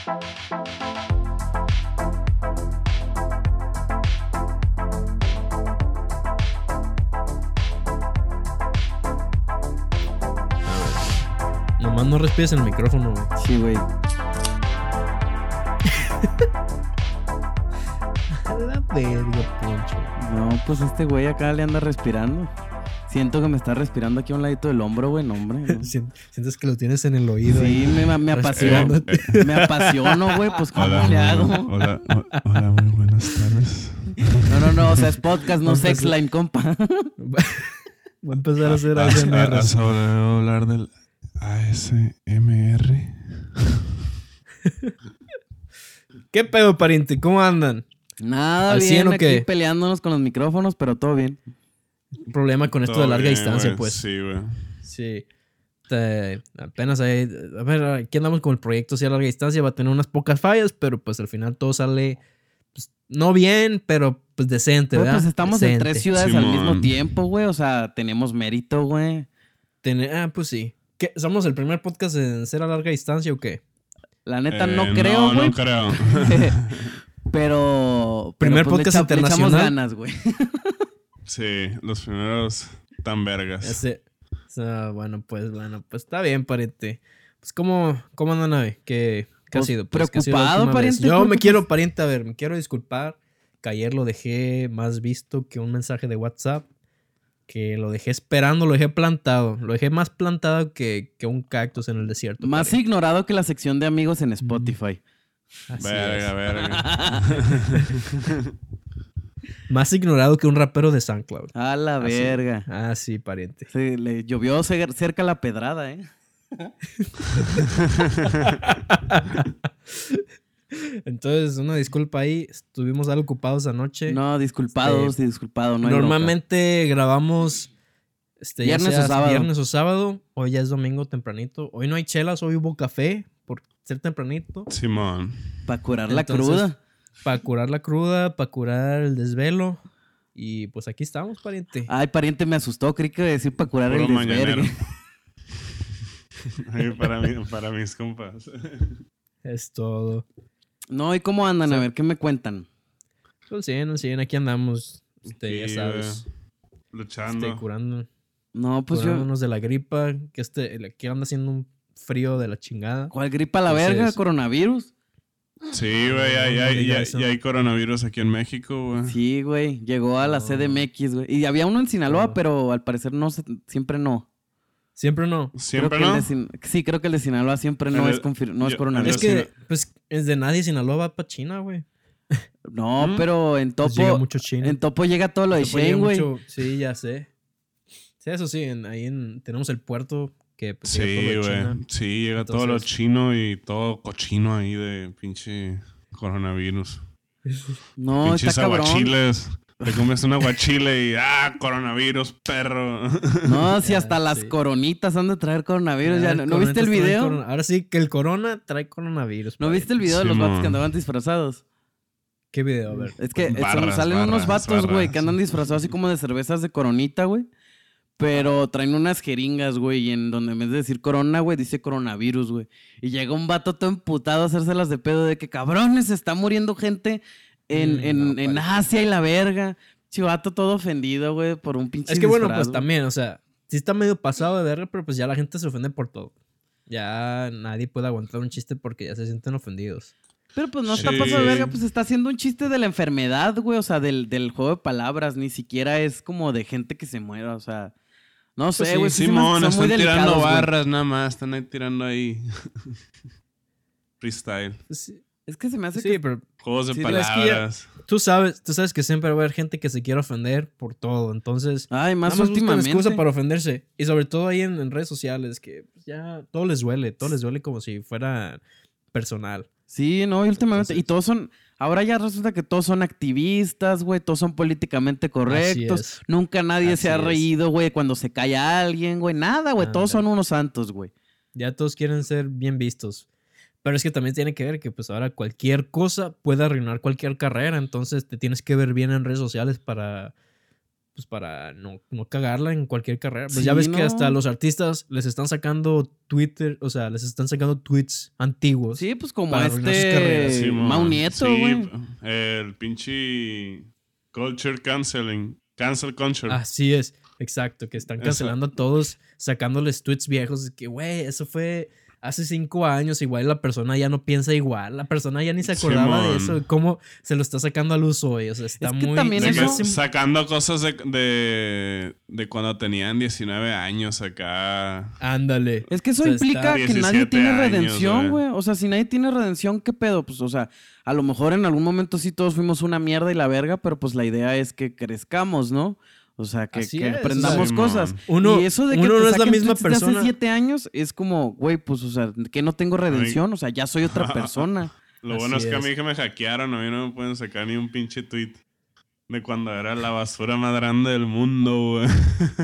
Nomás no respires en el micrófono, güey. Sí, güey. A la verga, Poncho. No, pues este güey acá le anda respirando. Siento que me está respirando aquí a un ladito del hombro, güey. No, hombre. No. Sientes que lo tienes en el oído. Sí, me apasiona. Me apasiono, güey. Pues, ¿cómo le hago? Hola, muy buenas tardes. No. O sea, es podcast, no sexline, compa. Voy a empezar a hacer ASMR. ¿Has oído hablar del ASMR? ¿Qué pedo, pariente? ¿Cómo andan? Nada, ¿Al bien, 100 o aquí qué? peleándonos con los micrófonos, pero todo bien. Un problema con esto Todo de larga bien, distancia, güey. pues. Sí, güey. Sí. Apenas hay... A ver, aquí andamos con el proyecto sí a larga distancia. Va a tener unas pocas fallas, pero pues al final todo sale... Pues, no bien, pero pues decente, Güey, ¿verdad? pues estamos Decente. en 3 ciudades al mismo Simón. tiempo, güey. O sea, tenemos mérito, güey. Pues sí. ¿Qué? ¿Somos el primer podcast en ser a larga distancia o qué? La neta no creo, güey. No creo. Pero Primer pues, podcast le echamos internacional. ganas, güey. Sí, los primeros tan vergas. Bueno, pues está bien, pariente. Pues ¿cómo andan hoy? ¿Qué ha Pues, sido? Pues, ¿qué ha sido la preocupado, última vez? pariente, Yo porque, me quiero, pues, pariente, a ver, me quiero disculpar que ayer lo dejé más visto que un mensaje de WhatsApp. Que lo dejé esperando, lo dejé plantado. Lo dejé más plantado que un cactus en el desierto. Más pariente. ignorado que la sección de amigos en Spotify. Así Verga. es. Más ignorado que un rapero de SoundCloud. A la Así. verga. Ah, sí, pariente. Sí, le llovió cerca la pedrada, ¿eh? Entonces, una disculpa ahí. Estuvimos algo ocupados anoche. No, disculpado. No hay Normalmente grabamos ya Viernes sea o sábado. viernes o sábado. Hoy ya es domingo tempranito. Hoy no hay chelas, hoy hubo café por ser tempranito. Simón. Para curar la Entonces, cruda. Para curar la cruda, para curar el desvelo. Y pues aquí estamos, pariente. Ay, pariente, me asustó. Creí que iba a decir para curar Puro el mañanero. desvergue. Ay, para mis compas. Es todo. No, ¿y cómo andan? Sí. A ver, ¿qué me cuentan? Al 100, aquí andamos. Ya Sí, sabes. Luchando. Curando. No, pues yo... Curándonos de la gripa. Que aquí anda haciendo un frío de la chingada. ¿Cuál gripa a la Entonces- verga? ¿Coronavirus? Sí, güey, ya hay coronavirus aquí en México, güey. Sí, güey. Llegó a la No. CDMX, güey. Y había uno en Sinaloa, No. pero al parecer siempre no. Siempre no. ¿Siempre Creo que no? sí, creo que el de Sinaloa siempre no El es, de- no es yo- coronavirus. Es que, pues, es de nadie. Sinaloa va para China, güey. No, ¿Mm? pero en Pues llega Topo... mucho chino. En Topo llega todo lo de Topo llega Shane, güey. mucho- Sí, ya sé. Sí, eso sí. Tenemos el puerto que pues, llega todo Sí, de China. güey. Sí, llega todo lo Entonces- chino y todo cochino ahí de pinche coronavirus. No, Pinches está cabrón. aguachiles. Te comes un aguachile y coronavirus, perro. No, si Ya, hasta las sí. coronitas han de traer coronavirus. Ya, Ya, ¿no viste el coronetas traen video? Ahora sí que el corona trae coronavirus. ¿No padre. viste el video de los Simón. vatos que andaban disfrazados? ¿Qué video? A ver. Es que Barras, salen unos barras, vatos, güey, barras. que andan disfrazados así como de cervezas de coronita, güey. Pero traen unas jeringas, güey, y en donde en vez de decir corona, güey, dice coronavirus, güey. Y llega un vato todo emputado a hacérselas de pedo de que, cabrones, se está muriendo gente en No, Asia y la verga. Chivato todo ofendido, güey, por un pinche Es que bueno, disfraz, pues güey. también, o sea, sí está medio pasado de verga, pero pues ya la gente se ofende por todo. Ya nadie puede aguantar un chiste porque ya se sienten ofendidos. Pero pues no está Sí. pasado de verga, pues está haciendo un chiste de la enfermedad, güey, o sea, del juego de palabras, ni siquiera es como de gente que se muera, o sea, no sé, sí, güey. sí se me hace que Simón, son muy están tirando delicados, güey. barras nada más. Están ahí tirando ahí. Freestyle. Sí, Es que se me hace sí, que... pero Juegos de Sí, es que ya- palabras. tú sabes que siempre va a haber gente que se quiere ofender por todo. Entonces, Ay, más nada más buscan últimamente. excusa para ofenderse. Y sobre todo ahí en redes sociales, que pues, ya todo les duele como si fuera personal. Sí, no, y últimamente. Entonces- Y todos son... Ahora ya resulta que todos son activistas, güey. Todos son políticamente correctos. Así es. Nunca nadie se ha Así es. reído, güey, cuando se calla alguien, güey. Nada, güey. Todos son Ándale. unos santos, güey. Ya todos quieren ser bien vistos. Pero es que también tiene que ver que pues ahora cualquier cosa puede arruinar cualquier carrera. Entonces te tienes que ver bien en redes sociales para pues para no cagarla en cualquier carrera. Pues Sí, ya ves que no. hasta los artistas les están sacando Twitter, o sea, les están sacando tweets antiguos. Sí, pues como para arruinar sus carreras. Simón. Mau Nieto, Sí, güey. el pinche culture canceling. Cancel culture. Así es, exacto, que están cancelando a todos, sacándoles tweets viejos, de que, güey, eso fue hace 5 años, igual la persona ya no piensa igual, la persona ya ni se acordaba de Simón. eso, cómo se lo está sacando a luz hoy, o sea, está Es que muy... también De que eso- sacando cosas de cuando tenían 19 años acá. Ándale. Es que eso O sea, implica está- que nadie 17 tiene años, redención, güey. güey. O sea, si nadie tiene redención, ¿qué pedo? Pues, o sea, a lo mejor en algún momento sí todos fuimos una mierda y la verga, pero pues la idea es que crezcamos, ¿no? O sea, que Así es, aprendamos o sea, cosas. uno- y eso de que uno te no es la saquen misma tweets de hace persona. 7 años es como, güey, pues, o sea, que no tengo redención. O sea, ya soy otra persona. Lo bueno Así es que a es. mí que me hackearon, a mí no me pueden sacar ni un pinche tweet de cuando era la basura más grande del mundo, güey.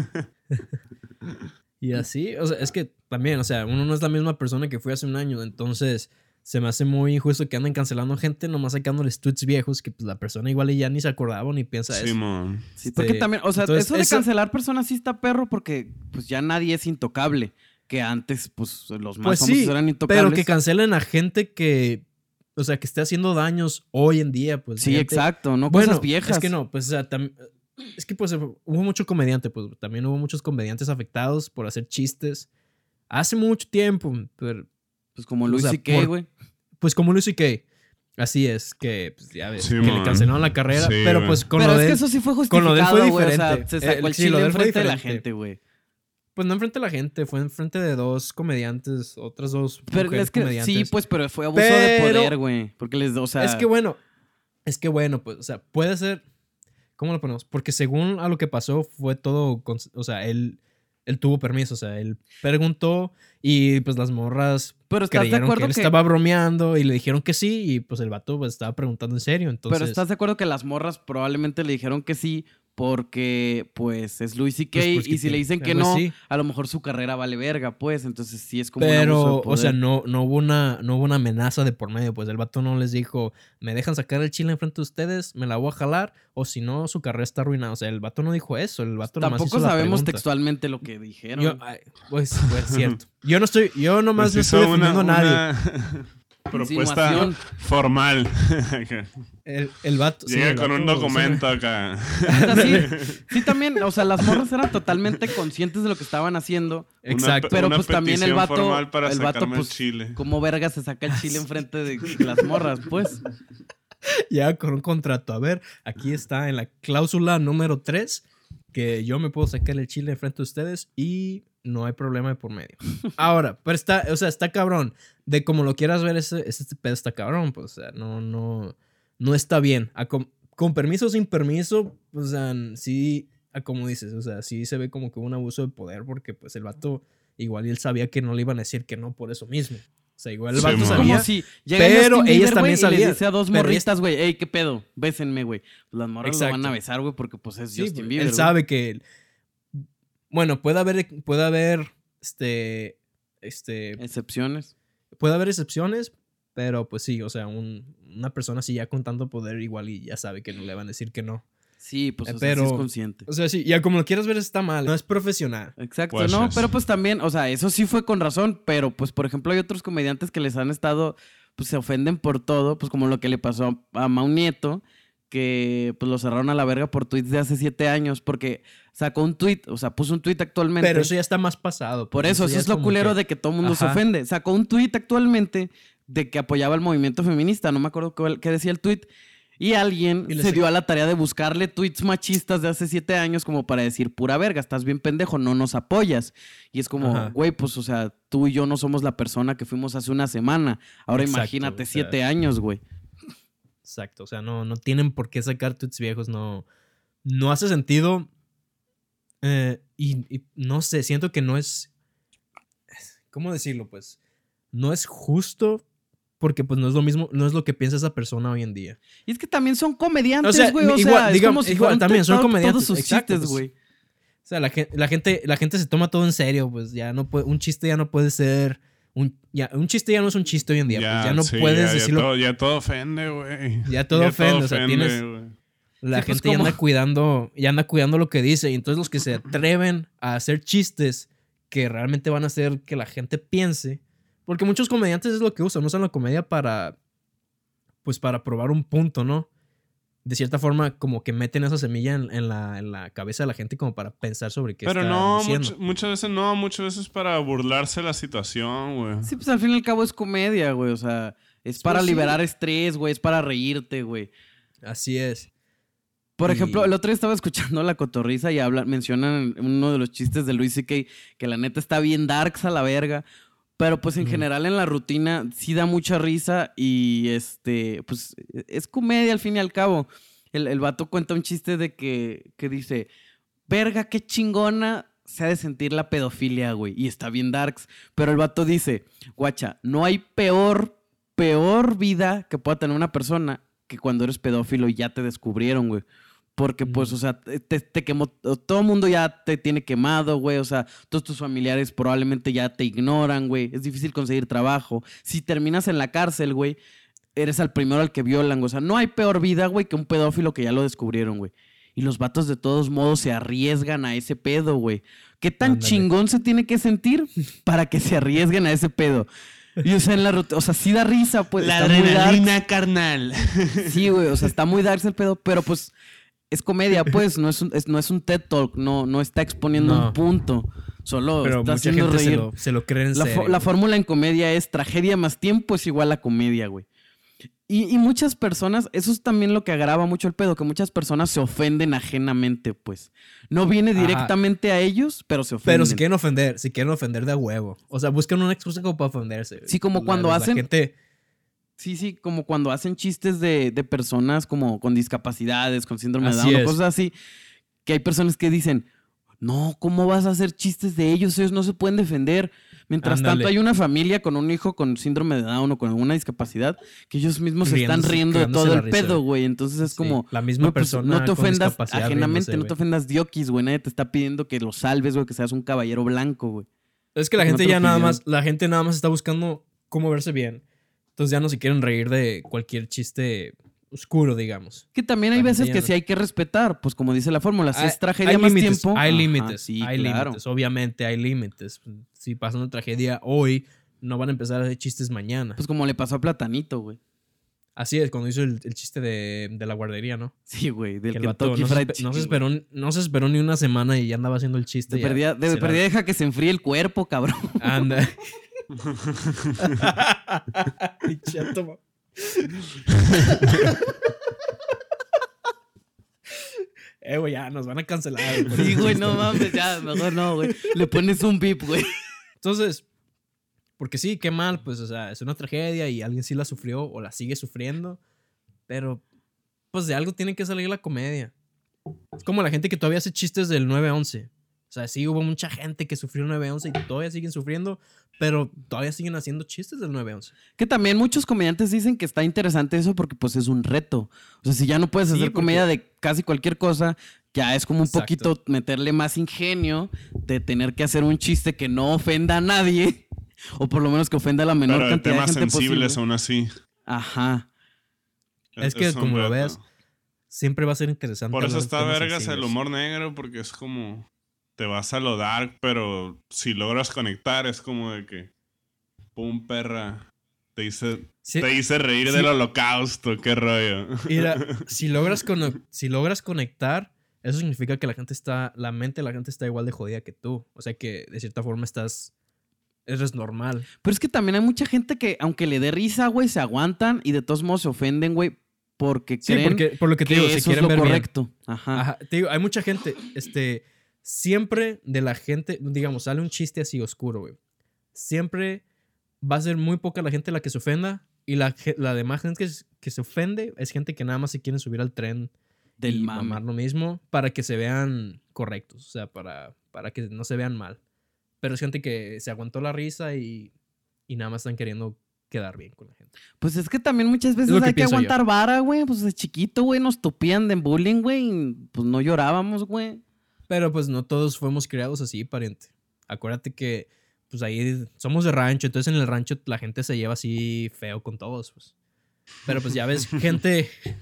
Y así, o sea, es que también, o sea, uno no es la misma persona que fue hace un año, entonces se me hace muy injusto que anden cancelando gente nomás sacándoles tweets viejos que pues la persona igual y ya ni se acordaba ni piensa eso. Simón. Sí, porque también, o sea, entonces, eso de cancelar personas sí está perro porque pues ya nadie es intocable. Que antes, pues, los más Pues famosos sí, eran intocables. pero que cancelen a gente que, o sea, que esté haciendo daños hoy en día, pues. Sí, gente- exacto, no Bueno, cosas viejas. es que no, pues, o sea, es que pues hubo mucho comediante, pues también hubo muchos comediantes afectados por hacer chistes hace mucho tiempo, pero Pues como o Luis sea, C.K., por- güey. pues como Luis C.K. Así es, que pues, ya ves, Sí, que le man. cancelaron la carrera, Sí, pero güey. pues con Pero lo es de que él, eso sí fue con lo de él fue justificado, güey. O sea, diferente. se sacó el Sí, lo chile de él fue enfrente de la diferente. gente, güey. pues no enfrente de la gente, fue enfrente de dos comediantes, otras dos Pero mujeres es que comediantes. sí, pues, pero fue abuso de Pero- poder, güey. Porque les, o sea... Es que bueno, pues, o sea, puede ser, ¿cómo lo ponemos? Porque según a lo que pasó fue todo, o sea, él tuvo permiso, o sea, él preguntó y pues las morras Pero estás de creyeron que acuerdo él que... estaba bromeando y le dijeron que sí y pues el vato pues, estaba preguntando en serio, entonces... Pero estás de acuerdo que las morras probablemente le dijeron que sí porque, pues, es Louis C.K. Pues, porque y si le dicen que pues, no, sí. a lo mejor su carrera vale verga, pues. Entonces sí es como un abuso de Pero, o poder. sea, no hubo una amenaza de por medio. Pues el vato no les dijo, me dejan sacar el chile enfrente de ustedes, me la voy a jalar, o si no, su carrera está arruinada. O sea, el vato no dijo eso. El vato nomás Tampoco hizo la sabemos pregunta. textualmente lo que dijeron. Pues cierto. Yo nomás Pues no estoy hizo defendiendo a nadie. una propuesta Insinuación. formal. El vato. sí, Llega el con un vato, documento acá. O sea, sí, también, o sea, las morras eran totalmente conscientes de lo que estaban haciendo. Exacto. Pero Una pues también el petición vato, formal para el vato sacarme el pues, chile. como verga se saca el chile enfrente de las morras, pues. Llega con un contrato. A ver, aquí está en la cláusula número 3 que yo me puedo sacar el chile enfrente de ustedes y no hay problema de por medio. Ahora, pero está cabrón. De como lo quieras ver, ese pedo está cabrón. Pues, o sea, no está bien. Con permiso o sin permiso, o sea, sí, como dices, o sea, sí se ve como que un abuso de poder porque pues el vato igual y él sabía que no le iban a decir que no por eso mismo. O sea, igual el Sí, vato man. sabía. Como si llega pero Justin ellas Bieber, también güey, y sabían. le dice a dos Pero morritas, güey, ey, ¿qué pedo? Bésenme, güey. Pues las morras lo van Exacto. a besar, güey, porque pues es Sí, Justin pues, Bieber, él güey. sabe que bueno, puede haber Excepciones. puede haber excepciones, pero pues sí, o sea, una persona así ya con tanto poder igual y ya sabe que no le van a decir que no. Sí, pues o sea, pero- sí es consciente. O sea, sí, ya como lo quieras ver está mal, no es profesional. Exacto, Pues, no, es- pero pues también, o sea, eso sí fue con razón, pero pues por ejemplo hay otros comediantes que les han estado, pues se ofenden por todo, pues como lo que le pasó a Mau Nieto, que pues lo cerraron a la verga por tweets de hace 7 años, porque sacó un tweet, o sea, puso un tweet actualmente. Pero eso ya está más pasado. Por pues, eso ya es lo como culero que- de que todo el mundo se Ajá. ofende. Sacó un tweet actualmente de que apoyaba el movimiento feminista, no me acuerdo qué decía el tweet. Y alguien Y le se sacó- dio a la tarea de buscarle tweets machistas de hace 7 años como para decir, pura verga, estás bien pendejo, no nos apoyas. Y es como, Ajá. güey, pues, o sea, tú y yo no somos la persona que fuimos hace una semana. Ahora Exacto, imagínate o sea, 7 años, güey. Exacto, o sea, no tienen por qué sacar tweets viejos, no hace sentido. Y no sé, siento que no es, ¿cómo decirlo? Pues no es justo porque pues no es lo mismo, no es lo que piensa esa persona hoy en día. Y es que también son comediantes, O sea, güey. O igual, sea, es digamos, como si igual, fueran también son todos comediantes, sus exacto, chistes, pues, güey. O sea, la gente se toma todo en serio, pues ya no puede, un chiste ya no puede ser, un chiste ya no es un chiste hoy en día, pues ya no sí, puedes ya decirlo. todo ofende, güey. Ya todo ofende, o sea, tienes- güey. La Sí, pues, gente ya anda cuidando lo que dice. Y entonces los que se atreven a hacer chistes que realmente van a hacer que la gente piense. Porque muchos comediantes es lo que usan la comedia para, pues para probar un punto, ¿no? De cierta forma, como que meten esa semilla en la cabeza de la gente como para pensar sobre qué Pero está no, diciendo. muchas veces para burlarse de la situación, güey. Sí, pues al fin y al cabo es comedia, güey. O sea, es para sí. liberar estrés, güey. Es para reírte, güey. Así es. Por Y- ejemplo, el otro día estaba escuchando La Cotorrisa y mencionan en uno de los chistes de Luis C.K. que la neta está bien darks a la verga. Pero pues en general en la rutina sí da mucha risa y pues es comedia al fin y al cabo. El vato cuenta un chiste de que dice, verga, qué chingona se ha de sentir la pedofilia, güey. Y está bien darks. Pero el vato dice, guacha, no hay peor vida que pueda tener una persona que cuando eres pedófilo y ya te descubrieron, güey. Porque, pues, o sea, te quemó, todo el mundo ya te tiene quemado, güey. O sea, todos tus familiares probablemente ya te ignoran, güey. Es difícil conseguir trabajo. Si terminas en la cárcel, güey, eres al primero al que violan, güey. O sea, no hay peor vida, güey, que un pedófilo que ya lo descubrieron, güey. Y los vatos de todos modos se arriesgan a ese pedo, güey. ¿Qué tan Ándale. chingón se tiene que sentir para que se arriesguen a ese pedo? Y o sea, o sea, sí da risa, pues. La está muy dark. adrenalina, carnal. Sí, güey, o sea, está muy dark el pedo, pero pues es comedia, pues, no es un TED Talk, no está exponiendo No. un punto, solo Pero está mucha haciendo gente reír. se lo cree en serio. La fórmula en comedia es tragedia más tiempo es igual a comedia, güey. Y muchas personas, eso es también lo que agrava mucho el pedo, que muchas personas se ofenden ajenamente, pues. No viene Ajá. directamente a ellos, pero se ofenden. Pero si quieren ofender de a huevo. O sea, buscan una excusa como para ofenderse. Sí, como cuando la hacen- gente... Sí, como cuando hacen chistes de personas como con discapacidades, con síndrome de Así Down o es. cosas así, que hay personas que dicen, no, ¿cómo vas a hacer chistes de ellos? Ellos no se pueden defender. Mientras Ándale. tanto hay una familia con un hijo con síndrome de Down o con alguna discapacidad que ellos mismos se están Riéndose- riendo de cagándose todo la el risa, pedo, güey. güey. Entonces es Sí, como... la misma persona no te con ofendas discapacidad ajenamente, riéndose, no te güey. ofendas diokis, güey. Nadie te está pidiendo que lo salves, güey, que seas un caballero blanco, güey. Es que la No gente te lo ya nada pidieron. más... La gente nada más está buscando cómo verse bien. Entonces ya no se quieren reír de cualquier chiste oscuro, digamos. Que también hay La veces gente que ya sí hay que respetar, pues como dice la fórmula, si es tragedia hay más límites, tiempo... Hay Ajá, límites, sí, hay claro. límites. Obviamente hay límites. Si pasa una tragedia hoy, no van a empezar a hacer chistes mañana. Pues como le pasó a Platanito, güey. Así es, cuando hizo el chiste de la guardería, ¿no? Sí, güey, del Que el vato Kentucky no, Fried no Chicken, se güey. esperó ni una semana y ya andaba haciendo el chiste. De ya perdida se la- deja que se enfríe el cuerpo, cabrón. Anda. Ay, chato, ma. Güey, ya nos van a cancelar. por Sí, ese güey, chiste. no mames, ya, mejor no, güey. Le pones un bip, güey. Entonces, porque sí, qué mal, pues, o sea, es una tragedia y alguien sí la sufrió o la sigue sufriendo, pero pues de algo tiene que salir la comedia. Es como la gente que todavía hace chistes del 9/11. O sea, sí hubo mucha gente que sufrió el 9/11 y todavía siguen sufriendo, pero todavía siguen haciendo chistes del 9/11. Que también muchos comediantes dicen que está interesante eso porque pues es un reto. O sea, si ya no puedes Sí, hacer porque- comedia de casi cualquier cosa, ya es como un Exacto. poquito meterle más ingenio de tener que hacer un chiste que no ofenda a nadie. O por lo menos que ofenda a la menor Pero de cantidad de temas gente sensibles posible. aún así. Ajá. Es que un como lo reto. ves, siempre va a ser interesante. Por eso hablar de está temas vergas el sensibles. humor negro, porque es como... Te vas a lo dark, pero si logras conectar es como de que... Pum, perra. Te hice Sí, reír sí. del holocausto. Qué rollo. mira, si logras conectar, eso significa que la mente de la gente está igual de jodida que tú. O sea que de cierta forma eres normal. Pero es que también hay mucha gente que, aunque le dé risa, güey, se aguantan y de todos modos se ofenden, güey, porque Sí, creen porque por lo que te que digo, se eso es quieren lo ver bien. correcto. Ajá. Ajá, te digo, hay mucha gente, siempre de la gente, digamos, sale un chiste así oscuro, güey. Siempre va a ser muy poca la gente la que se ofenda y la demás gente que se ofende es gente que nada más se quieren subir al tren Del y mame. mamar lo mismo para que se vean correctos, o sea, para que no se vean mal. Pero es gente que se aguantó la risa y nada más están queriendo quedar bien con la gente. Pues es que también muchas veces lo que hay que pienso yo. aguantar vara, güey. Pues de chiquito, güey, nos tupían de bullying, güey. Y pues no llorábamos, güey. Pero pues no todos fuimos criados así, pariente. Acuérdate que pues ahí somos de rancho, entonces en el rancho la gente se lleva así feo con todos, pues. Pero pues ya ves, gente...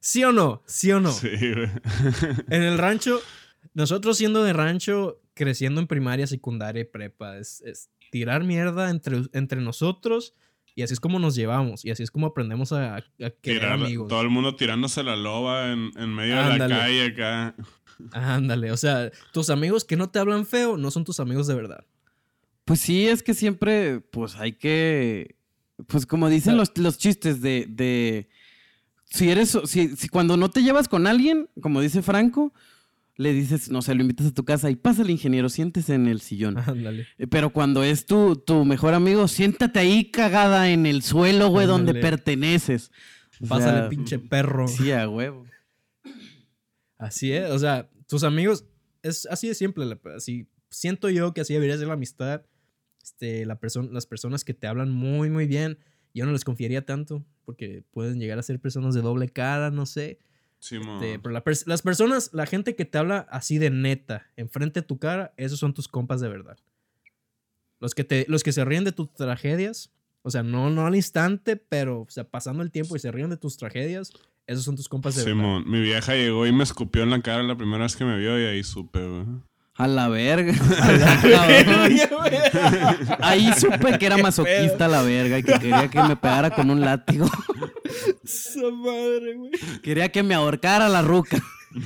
¿Sí o no? ¿Sí o no? Sí, güey. En el rancho, nosotros siendo de rancho, creciendo en primaria, secundaria y prepa, es tirar mierda entre nosotros y así es como nos llevamos y así es como aprendemos a querer amigos. Todo el mundo tirándose la loba en medio Ándale. de la calle acá. Ándale, o sea, tus amigos que no te hablan feo no son tus amigos de verdad. Pues sí, es que siempre, pues hay que, pues como dicen los chistes de si cuando no te llevas con alguien, como dice Franco, le dices, no sé, lo invitas a tu casa y pásale, ingeniero, siéntese en el sillón. Ándale. Pero cuando es tu mejor amigo, siéntate ahí cagada en el suelo, güey, donde Ándale. perteneces. O Pásale, sea, pinche perro. Sí, a huevo. Así es, o sea, tus amigos, es así de simple, así siento yo que así debería ser la amistad. Las personas que te hablan muy, muy bien, yo no les confiaría tanto, porque pueden llegar a ser personas de doble cara, no sé. Simón. Pero las personas, la gente que te habla así de neta, enfrente de tu cara, esos son tus compas de verdad. Los que se ríen de tus tragedias, o sea, no al instante, pero o sea, pasando el tiempo y se ríen de tus tragedias, esos son tus compas de verdad. Simón, mi vieja llegó y me escupió en la cara la primera vez que me vio y ahí supe, güey. A la verga. Ahí supe que era masoquista la verga y que quería que me pegara con un látigo. Esa madre, güey. Quería que me ahorcara la ruca.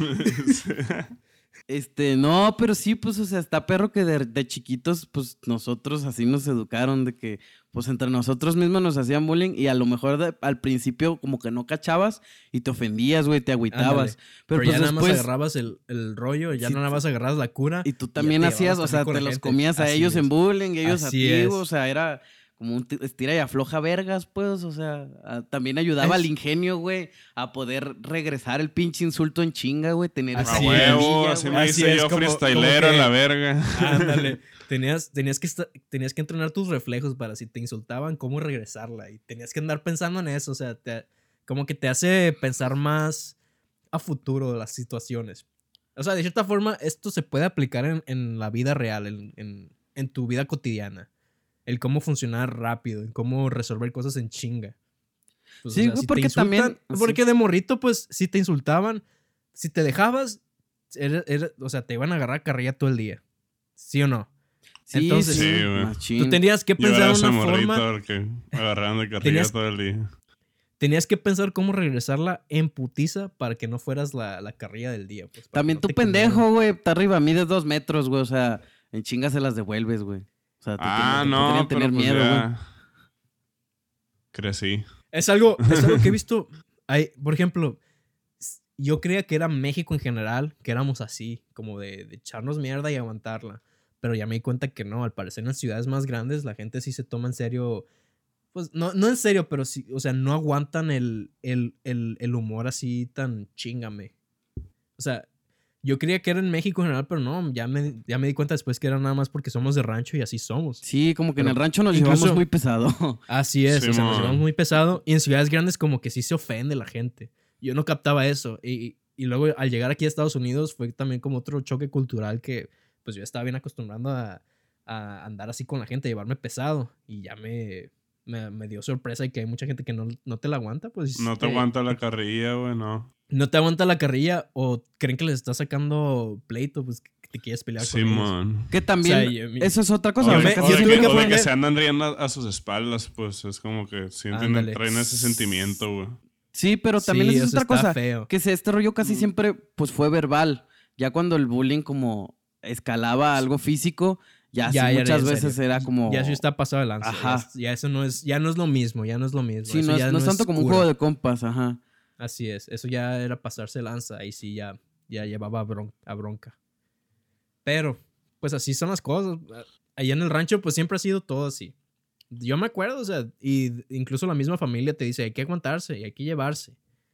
No, pero sí, pues, o sea, está perro que de chiquitos, pues, nosotros así nos educaron de que, pues, entre nosotros mismos nos hacían bullying y a lo mejor al principio como que no cachabas y te ofendías, güey, te agüitabas. Ándale. Pero ya pues nada más después, agarrabas el rollo, ya Sí, nada más agarrabas la cura. y tú ya también te hacías, llevabas o sea, también con te la los gente. comías a Así ellos es. en bullying, ellos a Así ti, es. o sea, era como un estira y afloja vergas, pues, o sea, también ayudaba Es- al ingenio, güey, a poder regresar el pinche insulto en chinga, güey, tener Así A esa es. huevo, semilla, así güey. me Así hice es, yo como freestylero que- en la verga. Ándale. Tenías que entrenar tus reflejos para si te insultaban, cómo regresarla. Y tenías que andar pensando en eso. O sea, como que te hace pensar más a futuro las situaciones. O sea, de cierta forma, esto se puede aplicar en la vida real, en tu vida cotidiana. El cómo funcionar rápido, en cómo resolver cosas en chinga. Pues, Sí, o sea, güey, si porque te insultan, también- porque de morrito, pues, si te insultaban, si te dejabas, o sea, te iban a agarrar carrilla todo el día. ¿Sí o no? Sí, Entonces, sí, Sí, güey. machín. Tú tenías que Yo era pensar ese una morrito forma, porque agarraron de carrilla Tenías- todo el día. tenías que pensar cómo regresarla en putiza para que no fueras la carrilla del día. Pues, para También que no tú te pendejo, güey, está arriba, mides 2 metros, güey, o sea, en chinga se las devuelves, güey. O sea, te No, podrían pero tener pues miedo, güey. ya crecí. Es algo que he visto. Por ejemplo, yo creía que era México en general, que éramos así, como de echarnos mierda y aguantarla. Pero ya me di cuenta que no, al parecer en las ciudades más grandes la gente sí se toma en serio. Pues no en serio, pero sí, o sea, no aguantan el humor así tan chingame. O sea, yo creía que era en México en general, pero no, ya me di cuenta después que era nada más porque somos de rancho y así somos. Sí, como que en Pero el rancho nos incluso- llevamos muy pesado. Así es, o sea, nos Simón. llevamos muy pesado. Y en ciudades grandes como que sí se ofende la gente. Yo no captaba eso. Y luego al llegar aquí a Estados Unidos fue también como otro choque cultural que pues yo estaba bien acostumbrado a andar así con la gente, a llevarme pesado. Y ya me dio sorpresa y que hay mucha gente que no te la aguanta. Pues No te aguanta la carrilla, güey, no. no te aguanta la carrilla o creen que les está sacando pleito, pues que te quieres pelear con ellos. Simón. Que también, O sea, eso es otra cosa. O Yo de, me- ahorita o yo de sí- tuve que, que o de que aprender- se andan riendo a sus espaldas, pues es como que sienten, Ándale. traen ese sentimiento, güey. Sí, pero también Sí, eso es eso otra está cosa. feo. Que este rollo casi siempre pues fue verbal. Ya cuando el bullying como escalaba a algo físico, ya, sí era muchas en veces serio. era como... Ya sí está pasado de lanza. Ajá. Ya eso no es lo mismo, ya no es lo mismo. Sí, Eso no ya es tanto como un cura. juego de compas, ajá. Así es, eso ya era pasarse de lanza, ahí sí ya llevaba a bronca. Pero, pues así son las cosas. Allá en el rancho, pues siempre ha sido todo así. Yo me acuerdo, o sea, y incluso la misma familia te dice, hay que aguantarse y hay que llevarse.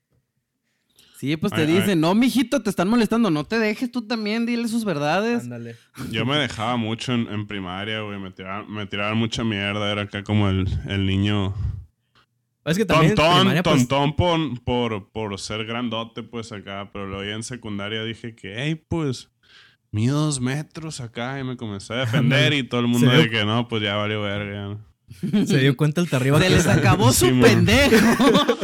Sí, pues te Ay, dicen, no, mijito, te están molestando, no te dejes tú también, dile sus verdades. Ándale. Yo me dejaba mucho en primaria, güey. Me tiraban mucha mierda. Era acá como el niño Es que también en primaria, pues, tontón por ser grandote, pues acá. Pero luego ya en secundaria dije que, hey, pues, mido 2 metros acá. Y me comencé a defender y todo el mundo Se de dio- que no, pues ya valió verga. se dio cuenta el tarriba Se que les acabó su Sí, man. pendejo.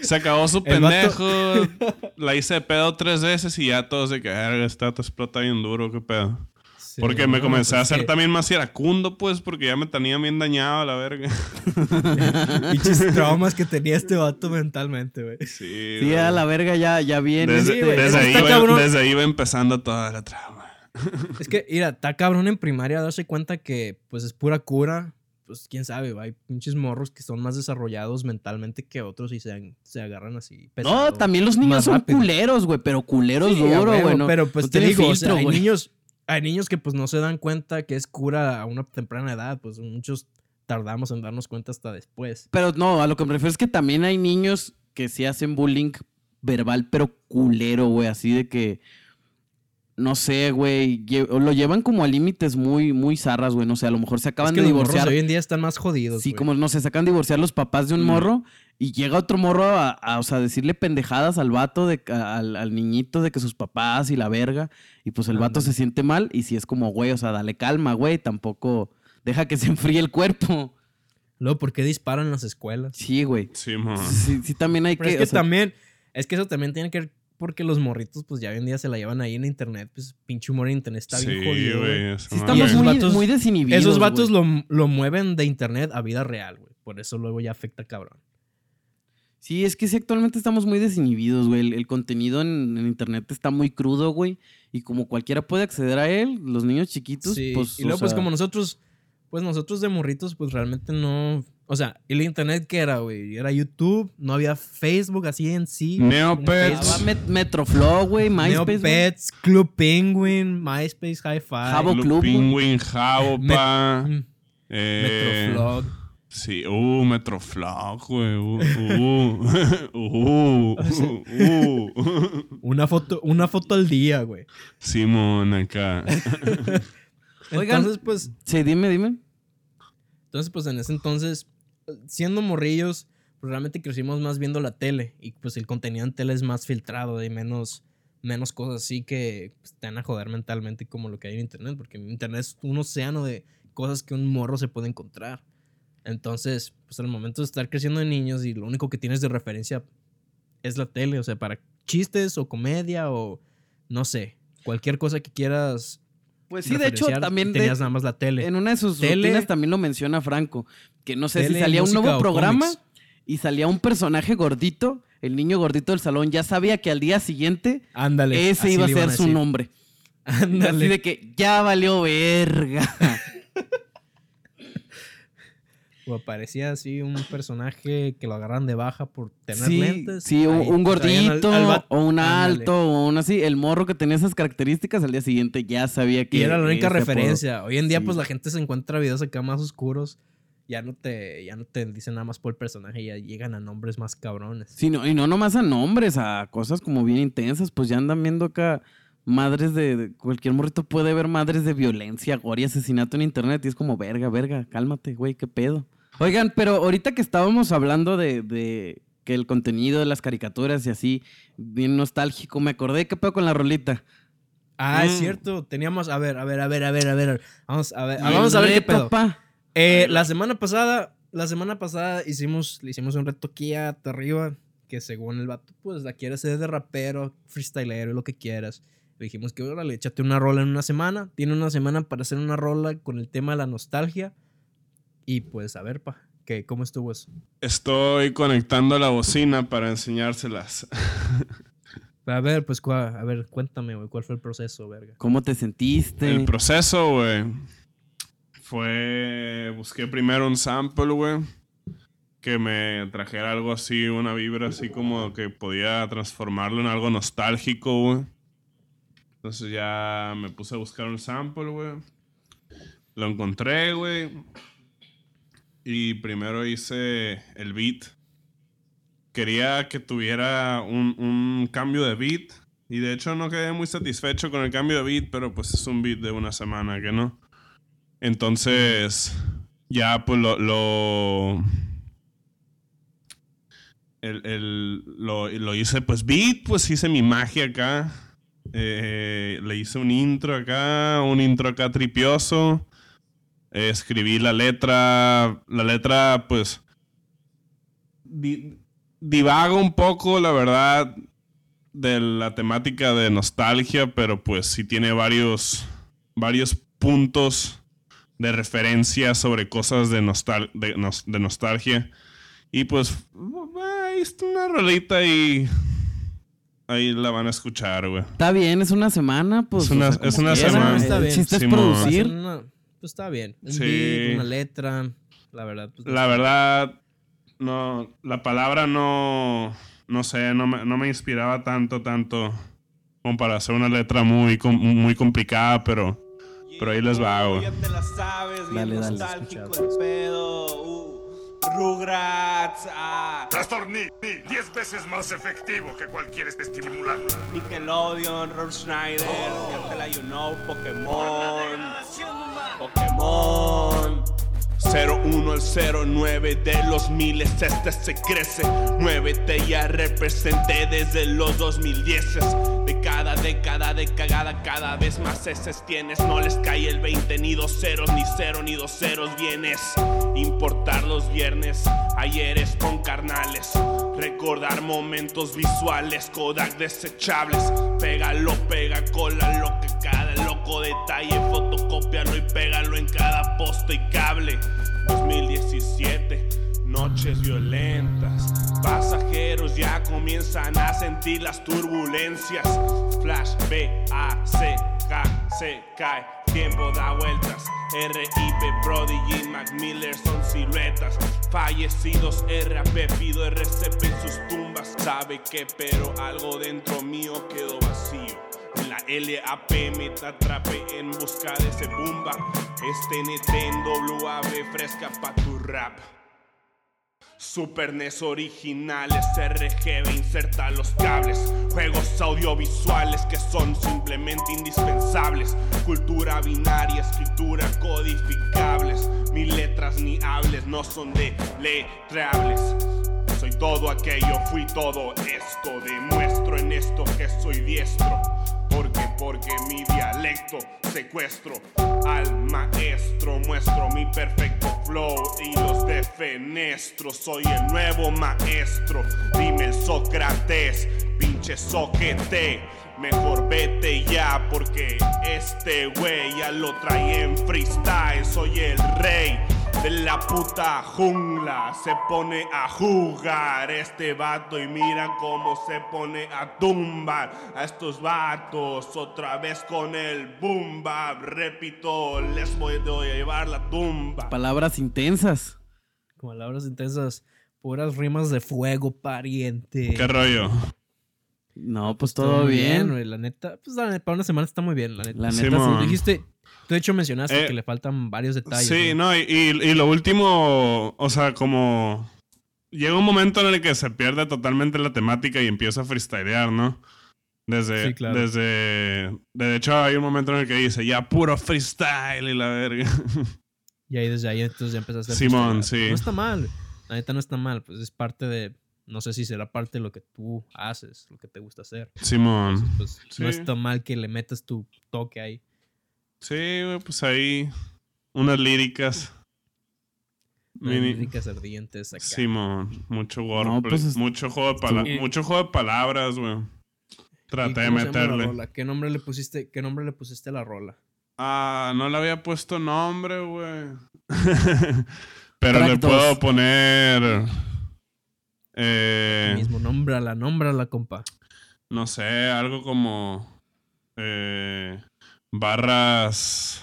Se acabó su El vato- pendejo. La hice de pedo 3 veces y ya todos de que, verga, este vato explota bien duro, qué pedo. Sí, Porque me no, comencé a pues hacer que también más iracundo, pues, porque ya me tenía bien dañado a la verga. pinches traumas que tenía este vato mentalmente, güey. Sí, Sí, güey. a la verga ya viene. Desde, Sí, güey, desde está ahí cabrón. desde ahí va empezando toda la trama. Es que, mira, está cabrón en primaria darse cuenta que, pues, es pura cura. Pues, quién sabe, güey. Hay pinches morros que son más desarrollados mentalmente que otros y se agarran así pesado. No, también los niños más son rápido. culeros, güey, pero culeros Sí, a duro, huevo, güey. No, pero pues no te tienen digo, o sea, filtro, güey. hay niños que pues no se dan cuenta que es cura a una temprana edad. Pues muchos tardamos en darnos cuenta hasta después. Pero no, a lo que me refiero es que también hay niños que sí hacen bullying verbal, pero culero, güey. Así de que, no sé, güey, lo llevan como a límites muy zarras, güey. No sé, a lo mejor se Es acaban que de los morros divorciar. hoy en día están más jodidos, Sí, güey. como no sé, se acaban de divorciar los papás de un morro y llega otro morro o sea, decirle pendejadas al vato, al niñito de que sus papás y la verga. Y pues el vato Ándale. se siente mal y si es como, güey, o sea, dale calma, güey. Tampoco deja que se enfríe el cuerpo. Luego, ¿por qué disparan en las escuelas? Sí, güey. Sí, man. Sí, también hay Pero que... es que o sea, también, es que eso también tiene que ver porque los morritos, pues ya hoy en día se la llevan ahí en internet. Pues pinche humor en internet está bien jodido, güey. eso, sí man. estamos esos muy, vatos- muy desinhibidos, Esos vatos güey. lo mueven de internet a vida real, güey. Por eso luego ya afecta cabrón. Sí, es que sí, actualmente estamos muy desinhibidos, güey. El contenido en internet está muy crudo, güey. Y como cualquiera puede acceder a él, los niños chiquitos, Sí, pues... y luego o pues sea, como nosotros de morritos, pues realmente no... O sea, ¿el internet qué era, güey? Era YouTube, no había Facebook así en sí. Neopets. estaba Metroflow, güey, MySpace, güey. Neopets, Club Penguin, MySpace, Hi-Fi, Jabo Blue Club, güey. Penguin, Jabo, pa. Metroflog. Sí, Metroflog, güey. Una foto al día, güey. Simón, acá. Oigan. Entonces, pues, Sí, dime. en ese entonces, siendo morrillos, pues realmente crecimos más viendo la tele. Y pues el contenido en tele es más filtrado y menos cosas así que pues, te van a joder mentalmente como lo que hay en internet. Porque en internet es un océano de cosas que un morro se puede encontrar. Entonces, pues al momento de estar creciendo de niños y lo único que tienes de referencia es la tele. O sea, para chistes o comedia o no sé, cualquier cosa que quieras. Pues sí, de hecho, referenciar, también tenías nada más la tele. en una de sus Tele- rutinas también lo menciona Franco, que no sé si tele, salía un música nuevo o programa cómics. y salía un personaje gordito, el niño gordito del salón ya sabía que al día siguiente Ándale. ese así iba a le iban ser su decir. nombre. Ándale. Así de que ya valió verga. O aparecía así un personaje que lo agarran de baja por tener Sí, lentes. sí, Ahí un traían gordito al vato. o un Ándale. alto o un así. El morro que tenía esas características al día siguiente ya sabía que Y era la única ese apodo. referencia. Hoy en día, Sí. pues la gente se encuentra videos acá más oscuros. Ya no te dicen nada más por el personaje, ya llegan a nombres más cabrones. Sí, no, y no nomás a nombres, a cosas como bien intensas, pues ya andan viendo acá madres cualquier morrito puede ver madres de violencia, gore y asesinato en internet y es como, verga, cálmate, güey, qué pedo. Oigan, pero ahorita que estábamos hablando de que el contenido de las caricaturas y así, bien nostálgico, me acordé, ¿qué pedo con la rolita? Ah, es cierto. Teníamos. A ver. Vamos a ver. Y Vamos a el ver qué reto, pedo. pa. La semana pasada le hicimos un reto aquí a arriba. Que según el vato, pues la quiere hacer de rapero, freestylero y lo que quieras. Le dijimos que órale, échate una rola en una semana. Tiene una semana para hacer una rola con el tema de la nostalgia. Y pues a ver, ¿cómo estuvo eso? Estoy conectando la bocina para enseñárselas. A ver, pues, cuéntame, güey, ¿cuál fue el proceso, verga? ¿Cómo te sentiste? El proceso, güey, busqué primero un sample, güey, que me trajera algo así, una vibra así como que podía transformarlo en algo nostálgico, güey. Entonces ya me puse a buscar un sample, güey. Lo encontré, güey. Y primero hice el beat. Quería que tuviera un cambio de beat. Y de hecho no quedé muy satisfecho con el cambio de beat, pero pues es un beat de una semana, ¿que no? Entonces, ya pues lo hice pues beat, pues hice mi magia acá. Le hice un intro acá tripioso. Escribí la letra pues divago un poco, la verdad, de la temática de nostalgia, pero pues sí tiene varios puntos de referencia sobre cosas de nostalgia. Y pues ahí está una rolita y ahí la van a escuchar, güey. Está bien, es una semana, pues. Es una como semana. Está bien. El chiste es Simón. producir. Pues está bien. Un Sí. beat, una letra. La verdad. Pues, La verdad, no, la palabra no sé, no me inspiraba tanto como para hacer una letra muy complicada, pero ahí les va, güey. Ya te la sabes, bien Dale, dale, nostálgico el pedo. Rugrats, Trastorni, 10 veces más efectivo que cualquier estimulante. Nickelodeon, Rob Schneider, ya te la Pokémon. 01 al 09 de los miles, se crece. Muévete, ya representé desde los 2010. De cada década de cagada, cada vez más eses tienes. No les cae el 20, ni 2 ceros, ni 0, ni 2 ceros. Vienes importar los viernes, ayeres con carnales. Recordar momentos visuales, Kodak desechables. Pégalo, pega, cólalo, que cada loco detalle. Fotocópialo y pégalo en cada poste y cable. 2017, noches violentas. Pasajeros ya comienzan a sentir las turbulencias. Flash, B-A-C-K, se cae. Tiempo da vueltas. R.I.P. Prodigy, Mac Miller son siluetas. Fallecidos, R.A.P. pido RCP en sus tumbas. Sabe que pero algo dentro mío quedó vacío. En la L.A.P. me atrapé en busca de ese bumba. NT en WAV fresca pa' tu rap. Super NES originales, RGB inserta los cables. Juegos audiovisuales que son simplemente indispensables. Cultura binaria, escritura codificables. Mis letras ni hables no son deletreables. Soy todo aquello, fui todo esto. Demuestro en esto que soy diestro. Porque mi dialecto secuestro al maestro. Muestro mi perfecto flow y los defenestro. Soy el nuevo maestro. Dime el Sócrates, pinche soquete. Mejor vete ya porque este güey ya lo trae en freestyle. Soy el rey de la puta jungla. Se pone a jugar este vato y mira cómo se pone a tumbar a estos vatos. Otra vez con el boom bap. Repito, les voy a llevar la tumba. Palabras intensas. Como palabras intensas. Puras rimas de fuego, pariente. ¿Qué rollo? No, pues Todo todo muy bien. güey, la neta, pues para una semana está muy bien, la neta. La Sí, neta, mon. Tú dijiste, tú de hecho mencionaste Eh, que le faltan varios detalles. Sí, no, y lo último, o sea, como llega un momento en el que se pierde totalmente la temática y empieza a freestylear, ¿no? Sí, claro. De hecho, hay un momento en el que dice, ya puro freestyle y la verga. Y ahí desde ahí entonces ya empezaste a Simón, freestylear. sí. No está mal, la neta no está mal, pues es parte de, no sé si será parte de lo que tú haces, lo que te gusta hacer. Simón. Pues Sí. no está mal que le metas tu toque ahí. Sí, güey, pues ahí unas líricas. Ricas ardientes acá. Simón, mucho wordplay, pues mucho juego estuvo- mucho juego de palabras, güey. ¿Y Traté de cómo se llama la meterle. rola? ¿Qué nombre le pusiste a la rola? Ah, no le había puesto nombre, güey. Pero Track le 2. puedo poner. Mismo, nómbrala, compa. No sé, algo como. Barras.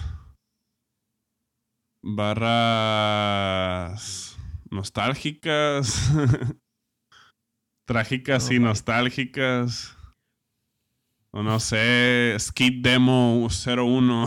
Nostálgicas. Trágicas y Ok. nostálgicas. O no sé, Skip Demo 01.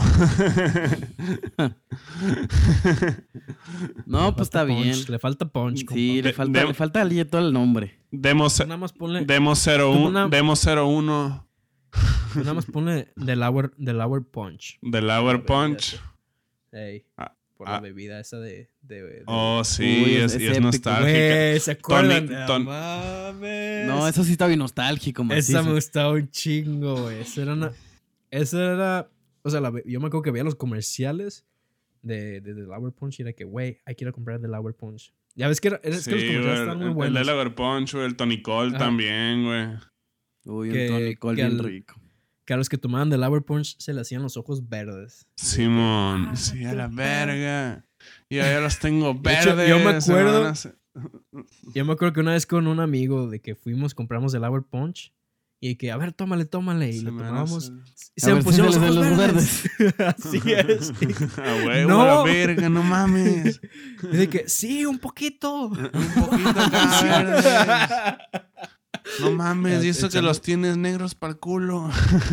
No, pues está Falta punch, bien. Le falta punch, compa. Sí, le falta aliento al nombre. Demo, Tú nada más ponle, Demo 01. una- Demo 01 tú nada más ponle del hour punch. del La Hour bebida Punch. esa. Ey, Ah, por ah. la bebida esa de Oh, sí, Uy, es es épico. nostálgica. Güey, ¿se acuerdan? Tony- No Ton- mames. No, eso sí está bien nostálgico, Esa macizo. me gustaba un chingo, güey. Esa era, o sea, yo me acuerdo que veía los comerciales de Delaware Punch y era que, güey, hay que ir a comprar Delaware Punch. Ya ves que, es Sí, que los comerciales güey, están muy el buenos. Delaware Punch, güey, el Tony Cole Ajá. también, güey. Uy, Que- un Tony Cole que bien al- rico. Que a los que tomaban Delaware Punch se le hacían los ojos verdes. Simón, sí, a la verga. Y ya los tengo De hecho, verdes. yo me se van acuerdo- a hacer- Yo me acuerdo que una vez con un amigo de que compramos Delaware Punch y de que, a ver, tómale. Y se lo me van a tomábamos. hacer- Y se me ver si pusieron se los les ojos ven los verdes. Así es. A huevo, No. a la verga, no mames. Y de que, sí, un poquito. Un poquito acá, verdes. No mames, y eso que Echando- los tienes negros para el culo.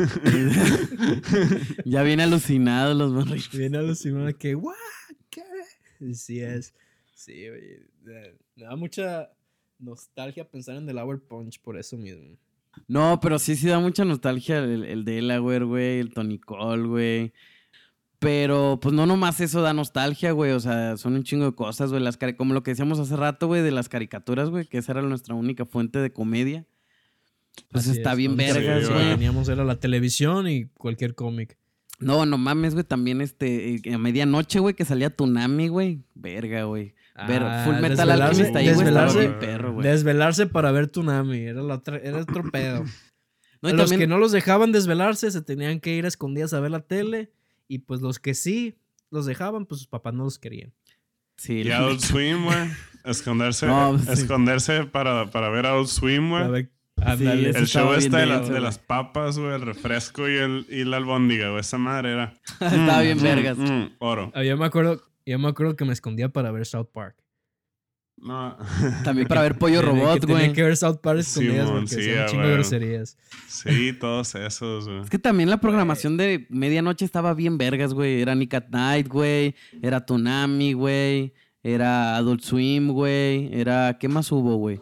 Ya bien alucinados los morrillos. Viene alucinado que, ¿what? ¿Qué? Sí es. Sí, oye. Me da mucha nostalgia pensar en Delaware Punch por eso mismo. No, pero sí da mucha nostalgia el Delaware, güey, el Tony Cole, güey. Pero, pues, no nomás eso da nostalgia, güey. O sea, son un chingo de cosas, güey. Como lo que decíamos hace rato, güey, de las caricaturas, güey, que esa era nuestra única fuente de comedia. Pues Así está es. bien La única vergas, cosa que güey. Teníamos era la televisión y cualquier cómic. No mames, güey. También, a medianoche, güey, que salía Toonami, güey. Verga, güey. Ver Full Metal Alchemist ahí, güey, estaba bien perro, güey. Desvelarse para ver Toonami. Era otro pedo. No, y Los también- que no los dejaban desvelarse se tenían que ir a escondidas a ver la tele. Y pues los que sí los dejaban, pues sus papás no los querían. Sí, Y Adult Swim, güey. Esconderse, No, sí. esconderse para ver Adult Swim, A güey. ver, ándale. eso El estaba show bien este denso, de güey. las papas, güey, el refresco y la albóndiga, güey. Esa madre era. Estaba bien vergas. Oro. Yo me acuerdo que me escondía para ver South Park. No. También para ver Pollo Robot, Tenía güey. que ver South Park escondidas Simón, porque sí, hacían un a chingo de huevo. groserías. Sí, todos esos, güey. Es que también la programación de medianoche estaba bien vergas, güey. Era Nick at Night, güey. Era Toonami, güey. Era Adult Swim, güey. Era... ¿Qué más hubo, güey?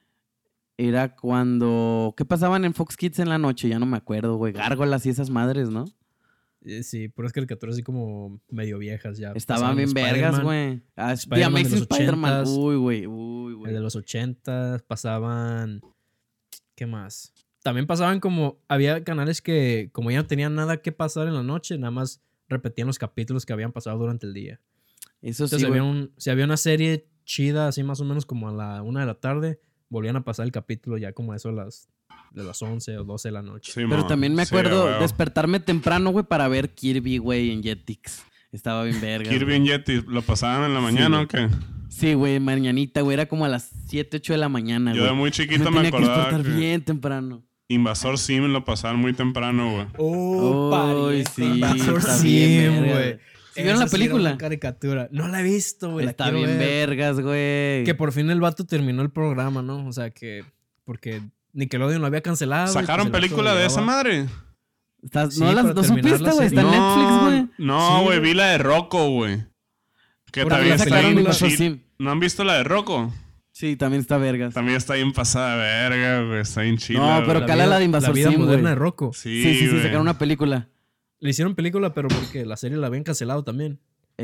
Era cuando... ¿Qué pasaban en Fox Kids en la noche? Ya no me acuerdo, güey. Gárgolas y esas madres, ¿no? Sí, puras caricaturas así como medio viejas ya. Estaban Pasaban bien vergas, Spider-Man, güey. The Spider-Man de Amazing los Spider-Man. 80s. Uy, güey. El de los 80 pasaban... ¿Qué más? También pasaban como... Había canales que como ya no tenían nada que pasar en la noche, nada más repetían los capítulos que habían pasado durante el día. Eso sí, Entonces güey. si había una serie chida, así más o menos como a la 1 de la tarde, volvían a pasar el capítulo ya como eso de las 11 o 12 de la noche. Simón. Pero también me Sí, acuerdo a huevo. despertarme temprano, güey, para ver Kirby, güey, en Jetix. Estaba bien verga. Kirby and Yeti, ¿lo pasaban en la mañana güey. o qué? Sí, güey, mañanita, güey. Era como a las 7, 8 de la mañana, Yo güey. de muy chiquito me me tenía que acordaba despertar que bien temprano. Invasor Sim lo pasaban muy temprano, güey. Uy, sí, Invasor está Sim, bien verga. güey. ¿Sí vieron la Esa sí era película? una caricatura. No la he visto, güey. la Está quiero bien ver. vergas, güey. Que por fin el vato terminó el programa, ¿no? O sea que... Porque Nickelodeon lo había cancelado. ¿Sacaron pues el vato película de esa llevaba- madre? Sí, ¿No, para ¿no terminar supiste, la güey? Está serie. en Netflix, güey. No, Sí, güey, güey. vi la de Rocco, güey. Que Por también ahí está sacaron bien Invasor chil- Sim. ¿No han visto la de Rocco? Sí, también está vergas. También está bien pasada de verga, güey. Está bien chila. No, pero güey. cala la de Invasor La vida Sim, moderna güey. de Rocco. Sí, Sí, güey. sacaron una película. Le hicieron película, pero porque la serie la habían cancelado también.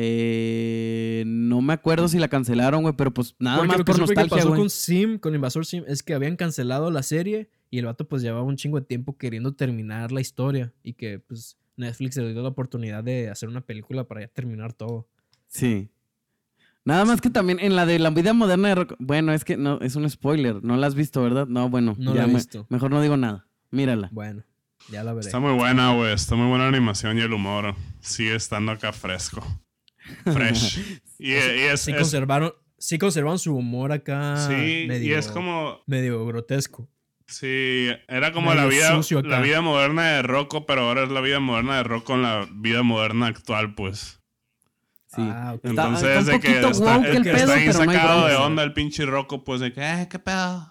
No me acuerdo si la cancelaron, güey, pero pues nada Porque más lo que por supe que nostalgia, pasó güey. con Invasor Sim, es que habían cancelado la serie y el vato pues llevaba un chingo de tiempo queriendo terminar la historia y que pues Netflix le dio la oportunidad de hacer una película para ya terminar todo. Sí. Nada más que también en la de la vida moderna de Rocco. Bueno, es que no, es un spoiler. No la has visto, ¿verdad? No, bueno. No ya la he visto. Mejor no digo nada. Mírala. Bueno, ya la veré. Está muy buena, güey. Está muy buena la animación y el humor. Sigue estando acá fresco. Fresh. y es, Sí es- conservaron su humor acá sí, medio, y es como... medio grotesco. Sí, era como Medio la vida, sucio acá. la vida moderna de Rocco, pero ahora es la vida moderna de Rocco con la vida moderna actual, pues. Sí. Ah, ok. Entonces, está un de que poquito está, woke el que pedo, está ahí pero no hay sacado de bronca. onda el pinche Rocco, pues de que, ¿qué pedo?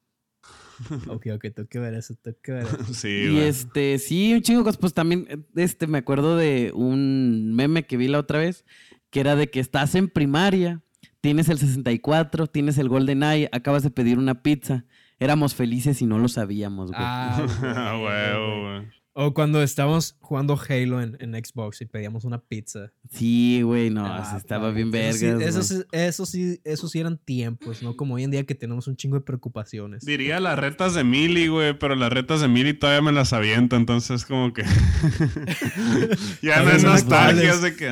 Ok, tengo que ver eso, Sí, Y güey. sí, un chingo de cosas. Pues también, me acuerdo de un meme que vi la otra vez, que era de que estás en primaria, tienes el 64, tienes el GoldenEye, acabas de pedir una pizza. Éramos felices y no lo sabíamos, güey. Ah, Huevo, güey. O cuando estábamos jugando Halo en Xbox y pedíamos una pizza. Sí, güey, no, sí estaba bien vergas, Eso sí eran tiempos, ¿no? Como hoy en día que tenemos un chingo de preocupaciones. Diría las retas de Mili, güey, pero las retas de Mili todavía me las aviento, entonces como que... ya no es nostalgia, es de que...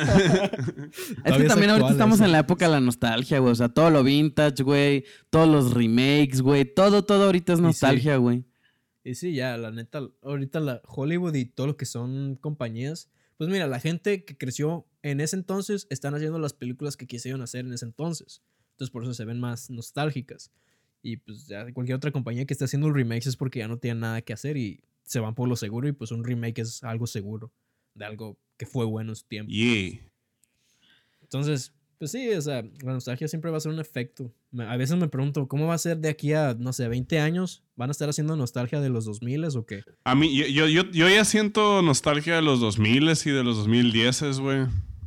Es que también ahorita estamos en la época de la nostalgia, güey. O sea, todo lo vintage, güey. Todos los remakes, güey. Todo ahorita es nostalgia, güey. Y sí, ya, la neta, ahorita la Hollywood y todo lo que son compañías, pues mira, la gente que creció en ese entonces están haciendo las películas que quisieron hacer en ese entonces. Entonces por eso se ven más nostálgicas. Y pues ya cualquier otra compañía que esté haciendo remakes es porque ya no tienen nada que hacer y se van por lo seguro y pues un remake es algo seguro de algo que fue bueno en su tiempo. Yeah. Entonces, pues sí, o sea, la nostalgia siempre va a ser un efecto. A veces me pregunto, ¿cómo va a ser de aquí a, no sé, 20 años? ¿Van a estar haciendo nostalgia de los 2000 o qué? A mí, yo ya siento nostalgia de los 2000 y de los 2010, güey.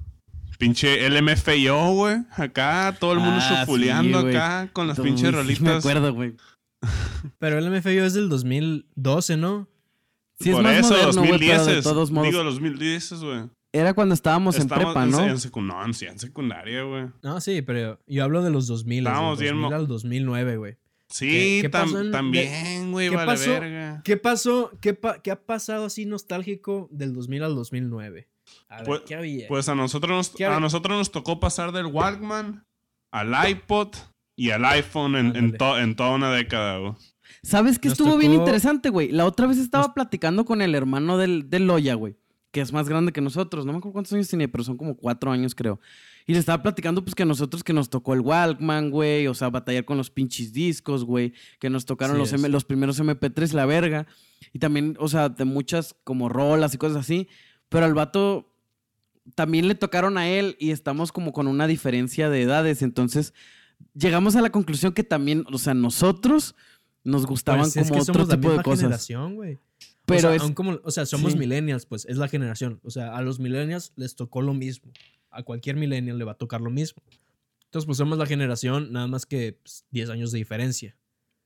Pinche LMFAO, güey. Acá, todo el mundo chupuleando sí, acá con las pinches rolitas. Sí me acuerdo, güey. Pero LMFAO es del 2012, ¿no? Sí, por es más eso, moderno, 2010. Güey, de todos modos. Digo, 2010, güey. Era cuando estábamos en prepa, ¿no? En secundaria, güey. No, sí, pero yo hablo de los 2000. Estábamos del 2000 al 2009, güey. Sí, también, güey, vale verga. ¿Qué pasó? ¿Qué ha pasado así nostálgico del 2000 al 2009? A ver, ¿qué había? Pues a nosotros nos tocó pasar del Walkman al iPod y al iPhone en toda una década, güey. ¿Sabes qué estuvo bien interesante, güey? La otra vez estaba platicando con el hermano del Loya, güey, que es más grande que nosotros. No me acuerdo cuántos años tiene, pero son como 4 años, creo. Y le estaba platicando, pues, que nosotros que nos tocó el Walkman, güey. O sea, batallar con los pinches discos, güey. Que nos tocaron los primeros MP3, la verga. Y también, o sea, de muchas como rolas y cosas así. Pero al vato también le tocaron a él y estamos como con una diferencia de edades. Entonces, llegamos a la conclusión que también, o sea, nosotros nos gustaban pues como otro tipo de cosas. Generación, güey. Pero somos millennials, pues, es la generación. O sea, a los millennials les tocó lo mismo. A cualquier millennial le va a tocar lo mismo. Entonces, pues, somos la generación, nada más que 10 años de diferencia.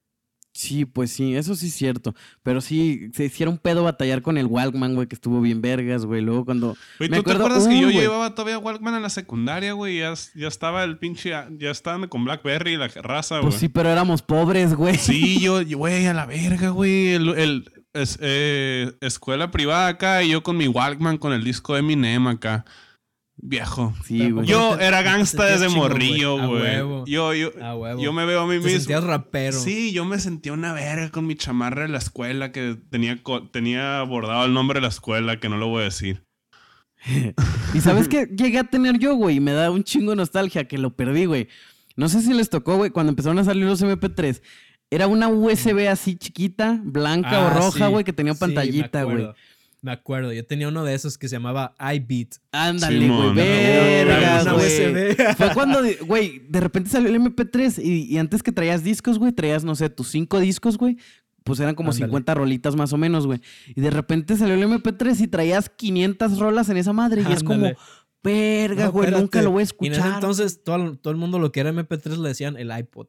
Sí, pues sí, eso sí es cierto. Pero sí, se hicieron un pedo batallar con el Walkman, güey, que estuvo bien vergas, güey. Luego cuando... Güey, ¿tú te acuerdas que yo llevaba todavía Walkman en la secundaria, güey? Ya estaba el pinche... Ya estaban con BlackBerry y la raza, güey. Pues sí, pero éramos pobres, güey. Sí, güey, a la verga, güey. Escuela privada acá y yo con mi Walkman con el disco de Eminem acá. Viejo. Sí, güey. Yo era gangsta desde morrillo, güey. Yo me veo a mí mismo. ¿Te sentías rapero? Sí, yo me sentía una verga con mi chamarra de la escuela que tenía bordado el nombre de la escuela, que no lo voy a decir. ¿Y sabes qué llegué a tener yo, güey? Me da un chingo de nostalgia que lo perdí, güey. No sé si les tocó, güey, cuando empezaron a salir los MP3. Era una USB así chiquita, blanca o roja, güey, que tenía pantallita, güey. Me acuerdo, yo tenía uno de esos que se llamaba iBeat. Ándale, güey, vergas, güey. Fue cuando, güey, de repente salió el MP3 y antes que traías discos, güey, traías, no sé, tus 5 discos, güey. Pues eran como 50 rolitas más o menos, güey. Y de repente salió el MP3 y traías 500 rolas en esa madre. Y es como, verga, güey, nunca lo voy a escuchar. Y en ese entonces todo el mundo lo que era MP3 le decían el iPod.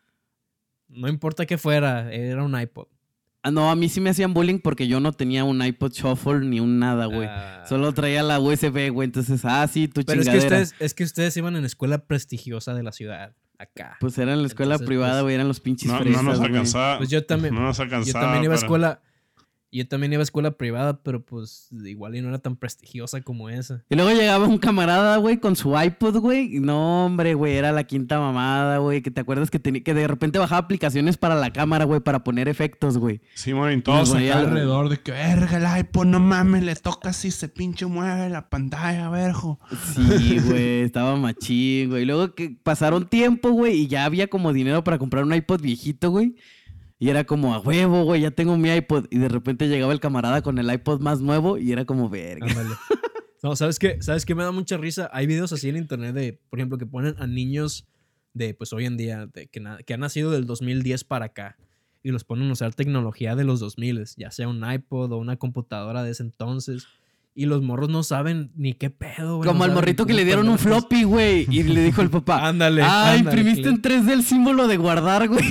No importa qué fuera, era un iPod. No, a mí sí me hacían bullying porque yo no tenía un iPod Shuffle ni un nada, güey. Solo traía la USB, güey. Entonces, sí, tu chingadera. Pero es que ustedes iban en la escuela prestigiosa de la ciudad, acá. Pues era en la escuela privada, güey. Eran los pinches fresas, no nos alcanzaba. Pues yo también. No nos alcanzaba. Yo también iba a escuela... Yo también iba a escuela privada, pero pues igual y no era tan prestigiosa como esa. Y luego llegaba un camarada, güey, con su iPod, güey. No, hombre, güey, era la quinta mamada, güey. Que te acuerdas que de repente bajaba aplicaciones para la cámara, güey, para poner efectos, güey. Sí, güey, todos acá alrededor de que, verga, el iPod, no mames, le toca así, se pinche mueve la pantalla, verjo. Sí, güey, estaba machín, güey. Luego que pasaron tiempo, güey, y ya había como dinero para comprar un iPod viejito, güey. Y era como, a huevo, güey, ya tengo mi iPod. Y de repente llegaba el camarada con el iPod más nuevo y era como, verga. No, ¿sabes qué? ¿Sabes qué me da mucha risa? Hay videos así en internet de, por ejemplo, que ponen a niños de, pues hoy en día, que han nacido del 2010 para acá. Y los ponen a usar tecnología de los 2000, ya sea un iPod o una computadora de ese entonces. Y los morros no saben ni qué pedo, güey. Como al morrito que le dieron un floppy, güey. Y le dijo el papá, ándale. Imprimiste en 3D el símbolo de guardar, güey.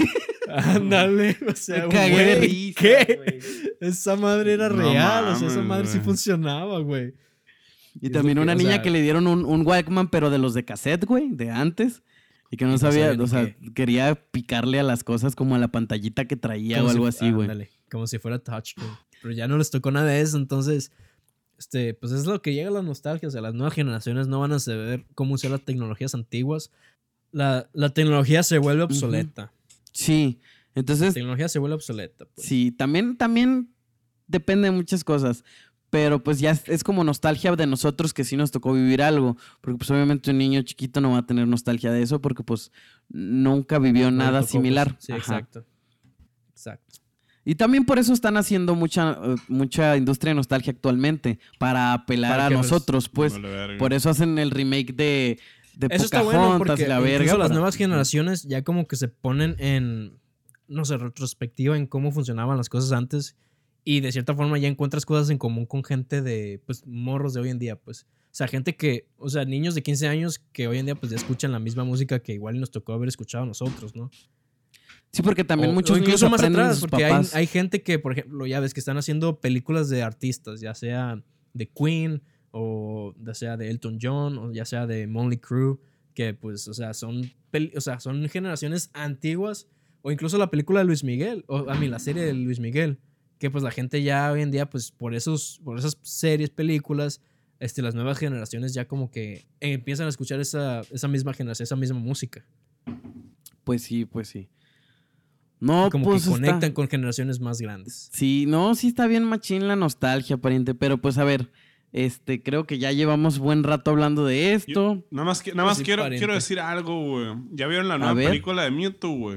Ándale, o sea, Me cagué de güey, risa, ¿qué? güey. Esa madre era No real, o sea, esa mames, madre sí güey. funcionaba, güey. Y Es también lo que, una o niña sea- que le dieron un Walkman, pero de los de cassette, güey, de antes. Y que no Y no sabía, sabía ni o sea, qué. quería picarle a las cosas como a la pantallita que traía Como o si algo fu- así, güey. ándale, como si fuera touchscreen. Pero ya no les tocó nada de eso, entonces, pues es lo que llega a la nostalgia. O sea, las nuevas generaciones no van a saber cómo usar las tecnologías antiguas. La tecnología se vuelve obsoleta. Sí, La entonces, tecnología se vuelve obsoleta. Pues. sí, también depende de muchas cosas. Pero pues ya es como nostalgia de nosotros que sí nos tocó vivir algo. Porque pues obviamente un niño chiquito no va a tener nostalgia de eso porque pues nunca vivió No le nada tocó, similar. pues. Sí, Ajá. exacto. Exacto. Y también por eso están haciendo mucha industria de nostalgia actualmente. Para apelar Para a que nosotros, pues. Vale, verga. Por eso hacen el remake de Eso está bueno Pocahontas porque y la incluso verga. las para- nuevas generaciones ya como que se ponen en, no sé, retrospectiva en cómo funcionaban las cosas antes y de cierta forma ya encuentras cosas en común con gente de, pues, morros de hoy en día, pues. O sea, gente que, o sea, niños de 15 años que hoy en día pues ya escuchan la misma música que igual nos tocó haber escuchado a nosotros, ¿no? Sí, porque también O- muchos o incluso niños más aprenden de atrás, sus porque papás. hay gente que, por ejemplo, ya ves que están haciendo películas de artistas, ya sea de Queen o ya sea de Elton John o ya sea de Motley Crue, que pues, o sea, son generaciones antiguas o incluso la película de Luis Miguel, o a mí la serie de Luis Miguel, que pues la gente ya hoy en día pues por esas series, películas, las nuevas generaciones ya como que empiezan a escuchar esa misma generación, esa misma música. Pues sí, pues sí. No, Como pues que conectan está... con generaciones más grandes. Sí, no, sí está bien machín la nostalgia, pariente. Pero pues a ver, creo que ya llevamos buen rato hablando de esto. Nada más Sí, quiero pariente. decir algo, güey. ¿Ya vieron la nueva ver. película de Mewtwo, güey?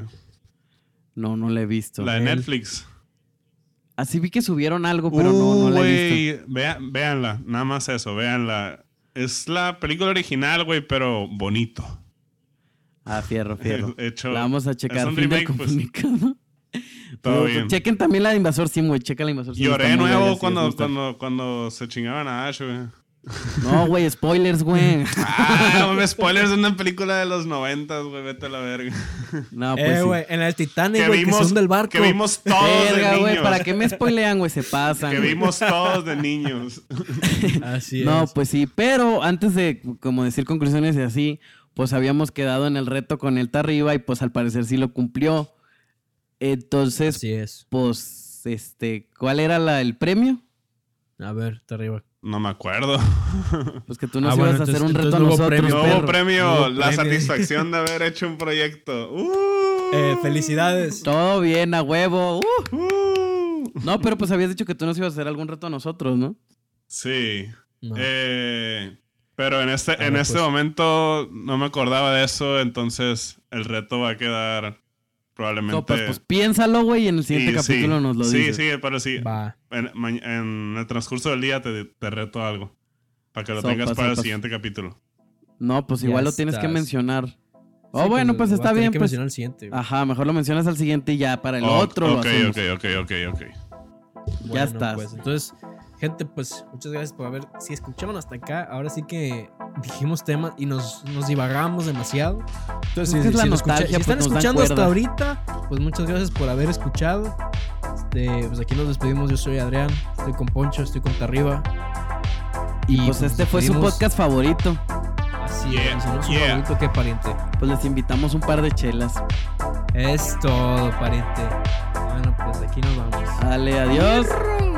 No la he visto. La de Netflix. Así vi que subieron algo, pero no la he visto. Güey, véanla. Nada más eso, véanla. Es la película original, güey, pero bonito. Ah, fierro. Hecho, La vamos a checar. es un Fin del remake, pues. comunicado. Todo Pero, bien. chequen también la de Invasor Sim, güey. Checa la Invasor Sim. Lloré está muy nuevo verga, sí, les gusta. cuando se chingaban a Ash, güey. No, güey, spoilers, güey. Ah, no, spoilers de una película de los 90, güey, vete a la verga. No, pues sí. Güey, en el Titanic, Que güey, que se hunde el barco. que vimos todos Verga, de güey, niños. ¿para qué me spoilean, güey? Se pasan. Que güey. vimos todos de niños. Así No, es. pues sí, pero antes de como decir conclusiones y así, pues habíamos quedado en el reto con Elta arriba y pues al parecer sí lo cumplió. Entonces, Así es. pues, ¿cuál era el premio? A ver, está arriba. No me acuerdo. Pues que tú nos Ah, ibas bueno, a hacer entonces- un reto a entonces no hubo nosotros, premio. No perro. hubo premio. No hubo La premio. satisfacción de haber hecho un proyecto. Felicidades. Todo bien, a huevo. No, pero pues habías dicho que tú nos ibas a hacer algún reto a nosotros, ¿no? Sí. No. Pero en este pues. momento no me acordaba de eso, entonces el reto va a quedar probablemente... No, pues piénsalo, güey, y en el siguiente Y capítulo sí, nos lo sí, dices. Sí, pero sí. Va. En el transcurso del día te reto algo. Para que lo Sopas, tengas para el sopas. siguiente capítulo. No, pues Ya igual lo tienes que estás. mencionar. Oh, Sí, bueno, pues vas a está tener bien, que pues. mencionar el siguiente. güey. Ajá, mejor lo mencionas al siguiente y ya para el otro lo Ok. hacemos. Bueno, estás. pues, entonces, gente, pues muchas gracias por haber. Si escucharon hasta acá, ahora sí que dijimos temas y nos divagamos demasiado. Entonces, Es que es la nostalgia, si están pues, nos dan escuchando hasta cuerda. ahorita, pues muchas gracias por haber escuchado. Pues aquí nos despedimos. Yo soy Adrián, estoy con Poncho, estoy con Tarriba. Y pues nos este fue su despedimos. podcast favorito. Así Yeah, es, no su yeah. favorito, qué pariente. Pues les invitamos un par de chelas. Es todo, pariente. Bueno, pues aquí nos vamos. Dale, adiós.